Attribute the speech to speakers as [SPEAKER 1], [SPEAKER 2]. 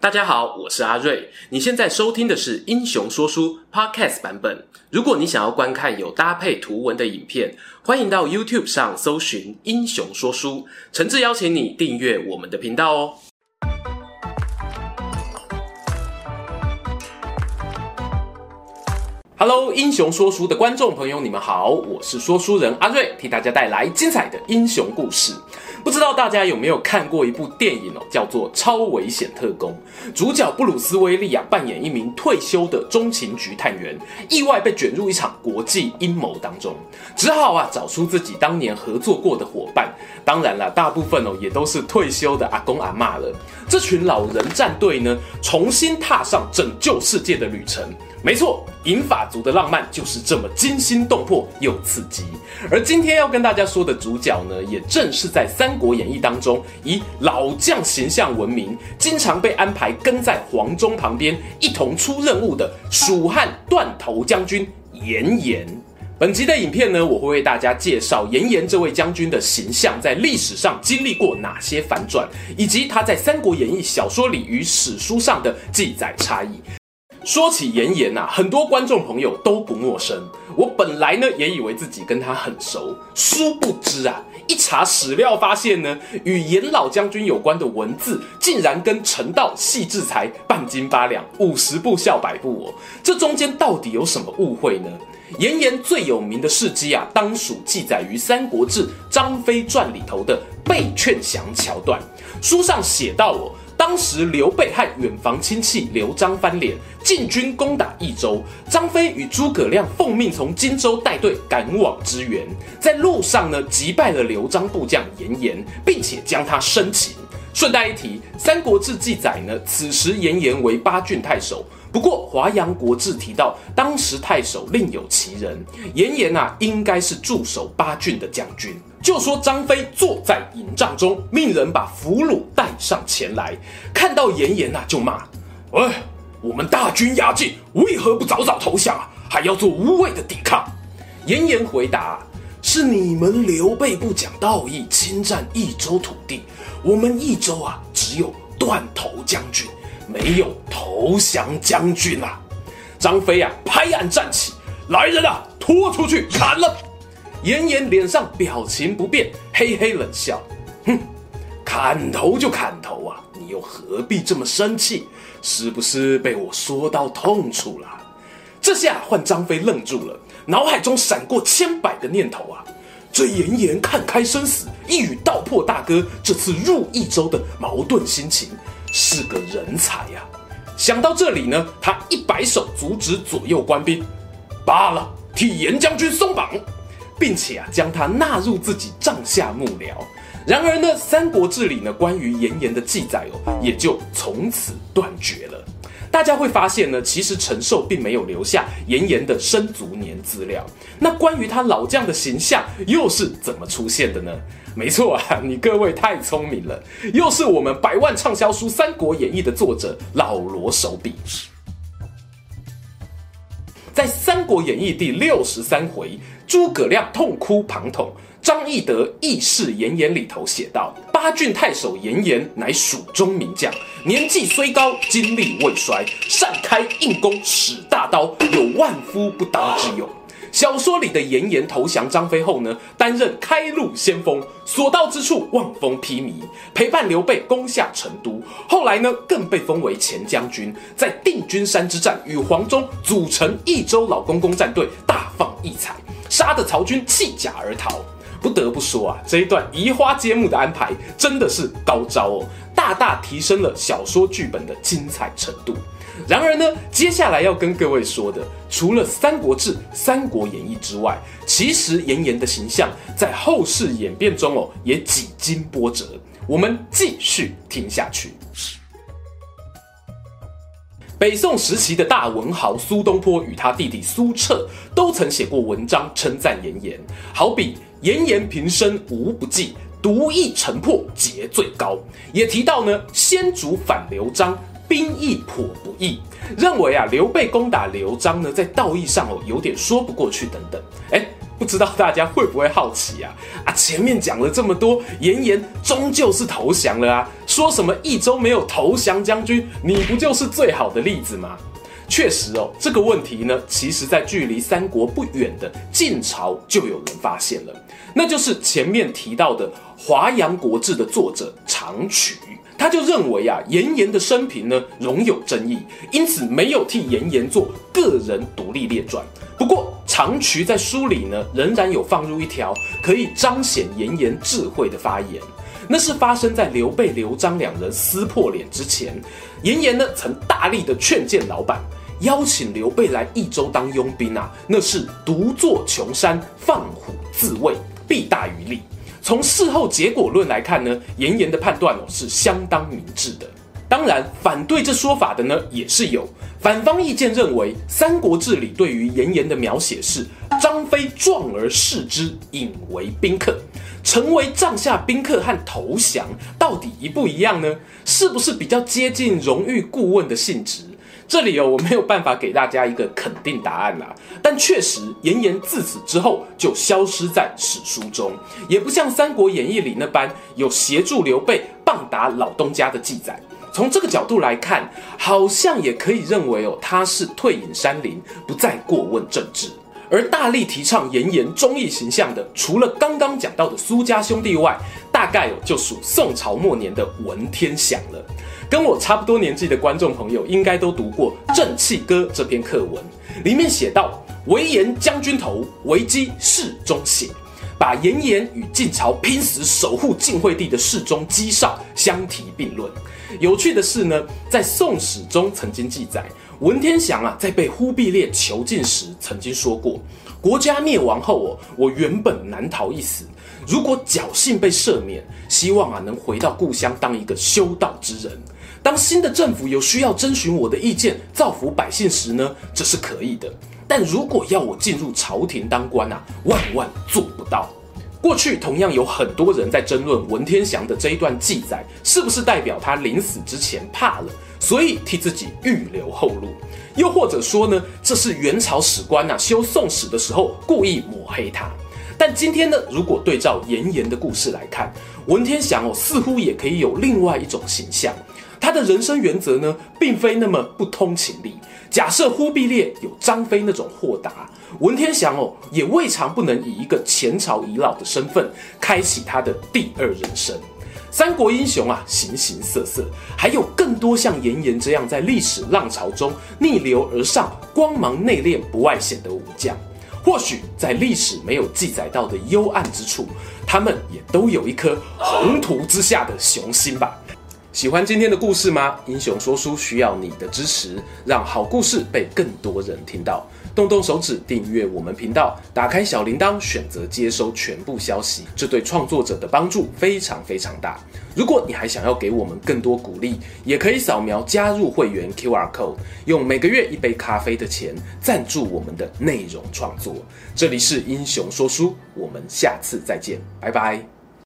[SPEAKER 1] 大家好，我是阿瑞。你现在收听的是英雄说书 Podcast 版本。如果你想要观看有搭配图文的影片，欢迎到 YouTube 上搜寻英雄说书，诚挚邀请你订阅我们的频道哦。Hello， 英雄说书的观众朋友，你们好，我是说书人阿瑞，替大家带来精彩的英雄故事。不知道大家有没有看过一部电影叫做《超危险特工》，主角布鲁斯威利扮演一名退休的中情局探员，意外被卷入一场国际阴谋当中，只好找出自己当年合作过的伙伴，当然啦，大部分也都是退休的阿公阿嬷了。这群老人战队呢，重新踏上拯救世界的旅程。没错，银发族的浪漫就是这么惊心动魄又刺激。而今天要跟大家说的主角呢，也正是在《三国演义》当中以老将形象闻名，经常被安排跟在黄忠旁边一同出任务的蜀汉断头将军严颜。本集的影片呢，我会为大家介绍严颜这位将军的形象在历史上经历过哪些反转，以及他在《三国演义》小说里与史书上的记载差异。说起严颜很多观众朋友都不陌生。我本来呢也以为自己跟他很熟，殊不知一查史料发现呢，与严老将军有关的文字竟然跟陈道、戏制才半斤八两，50部笑百部这中间到底有什么误会呢？严颜最有名的事迹当属记载于《三国志·张飞传》里头的被劝降桥段。书上写到当时刘备和远房亲戚刘璋翻脸，进军攻打益州。张飞与诸葛亮奉命从荆州带队赶往支援，在路上呢击败了刘璋部将严颜，并且将他生擒。顺带一提，《三国志》记载呢，此时严颜为巴郡太守。不过《华阳国志》提到，当时太守另有其人，严颜应该是驻守巴郡的将军。就说张飞坐在营帐中，命人把俘虏带上前来，看到严颜就骂：“喂，我们大军压境，为何不早早投降还要做无谓的抵抗？”严颜回答：“是你们刘备不讲道义，侵占益州土地，我们益州只有断头将军，没有投降将军张飞拍案站起：“来人拖出去砍了！”严颜脸上表情不变，嘿嘿冷笑：“哼，砍头就砍头你又何必这么生气？是不是被我说到痛处了？”这下换张飞愣住了，脑海中闪过千百个念头这严颜看开生死，一语道破大哥这次入益州的矛盾心情，是个人才想到这里呢，他一摆手阻止左右官兵：“罢了，替严将军松绑。”并且将他纳入自己帐下幕僚。然而呢，《三国志》里呢关于严颜的记载也就从此断绝了。大家会发现呢，其实陈寿并没有留下严颜的生卒年资料。那关于他老将的形象又是怎么出现的呢？没错你各位太聪明了，又是我们100万畅销书《三国演义》的作者老罗手笔。在《三国演义》第63回诸葛亮痛哭庞统，张翼德义释严颜里头写道：“巴郡太守严颜乃蜀中名将，年纪虽高，精力未衰，善开硬弓，使大刀，有万夫不当之勇。”小说里的严颜投降张飞后呢，担任开路先锋，所到之处望风披靡，陪伴刘备攻下成都。后来呢，更被封为前将军，在定军山之战与黄忠组成益州老公公战队，大放异彩，杀得曹军弃甲而逃。不得不说这一段移花接木的安排真的是高招大大提升了小说剧本的精彩程度。然而呢，接下来要跟各位说的，除了《三国志》《三国演义》之外，其实严颜的形象在后世演变中也几经波折。我们继续听下去。北宋时期的大文豪苏东坡与他弟弟苏辙都曾写过文章称赞严颜，好比严颜平生无不济，独异城破节最高。也提到呢，先主反刘璋，兵役颇不易，认为刘备攻打刘璋呢，在道义上有点说不过去等等。 不知道大家会不会好奇啊？前面讲了这么多，严颜终究是投降了啊！说什么益州没有投降将军，你不就是最好的例子吗？确实哦，这个问题呢，其实在距离三国不远的晋朝就有人发现了，那就是前面提到的《华阳国志》的作者长渠。他就认为严颜的生平呢容有争议，因此没有替严颜做个人独立列传。不过长渠在书里呢仍然有放入一条可以彰显严颜智慧的发言，那是发生在刘备、刘璋两人撕破脸之前，严颜呢曾大力的劝谏老板，邀请刘备来益州当佣兵那是独坐穷山，放虎自卫，弊大于利。从事后结果论来看呢，严颜的判断是相当明智的。当然，反对这说法的呢也是有。反方意见认为，《三国志》里对于严颜的描写是张飞壮而视之，引为宾客。成为帐下宾客和投降到底一不一样呢？是不是比较接近荣誉顾问的性质？这里我没有办法给大家一个肯定答案但确实严颜自此之后就消失在史书中，也不像《三国演义》里那般有协助刘备棒打老东家的记载。从这个角度来看，好像也可以认为他是退隐山林，不再过问政治。而大力提倡严颜忠义形象的，除了刚刚讲到的苏家兄弟外，大概就属宋朝末年的文天祥了。跟我差不多年纪的观众朋友应该都读过《正气歌》这篇课文，里面写到：唯严将军头，为姬世中血，把严颜与晋朝拼死守护晋惠帝的世中姬少相提并论。有趣的是呢，在《宋史》中曾经记载，文天祥在被忽必烈囚禁时曾经说过：国家灭亡后我原本难逃一死，如果侥幸被赦免，希望能回到故乡当一个修道之人。当新的政府有需要征询我的意见，造福百姓时呢，这是可以的。但如果要我进入朝廷当官万万做不到。过去同样有很多人在争论文天祥的这一段记载是不是代表他临死之前怕了，所以替自己预留后路，又或者说呢，这是元朝史官修宋史的时候故意抹黑他。但今天呢，如果对照严颜的故事来看，文天祥似乎也可以有另外一种形象。他的人生原则呢，并非那么不通情理。假设忽必烈有张飞那种豁达，文天祥也未尝不能以一个前朝遗老的身份，开启他的第二人生。三国英雄形形色色，还有更多像严颜这样在历史浪潮中逆流而上、光芒内敛、不外显的武将。或许在历史没有记载到的幽暗之处，他们也都有一颗宏图之下的雄心吧。喜欢今天的故事吗？英雄说书需要你的支持，让好故事被更多人听到。动动手指订阅我们频道，打开小铃铛，选择接收全部消息，这对创作者的帮助非常非常大。如果你还想要给我们更多鼓励，也可以扫描加入会员 QR Code， 用每个月1杯咖啡的钱赞助我们的内容创作。这里是英雄说书，我们下次再见，拜拜。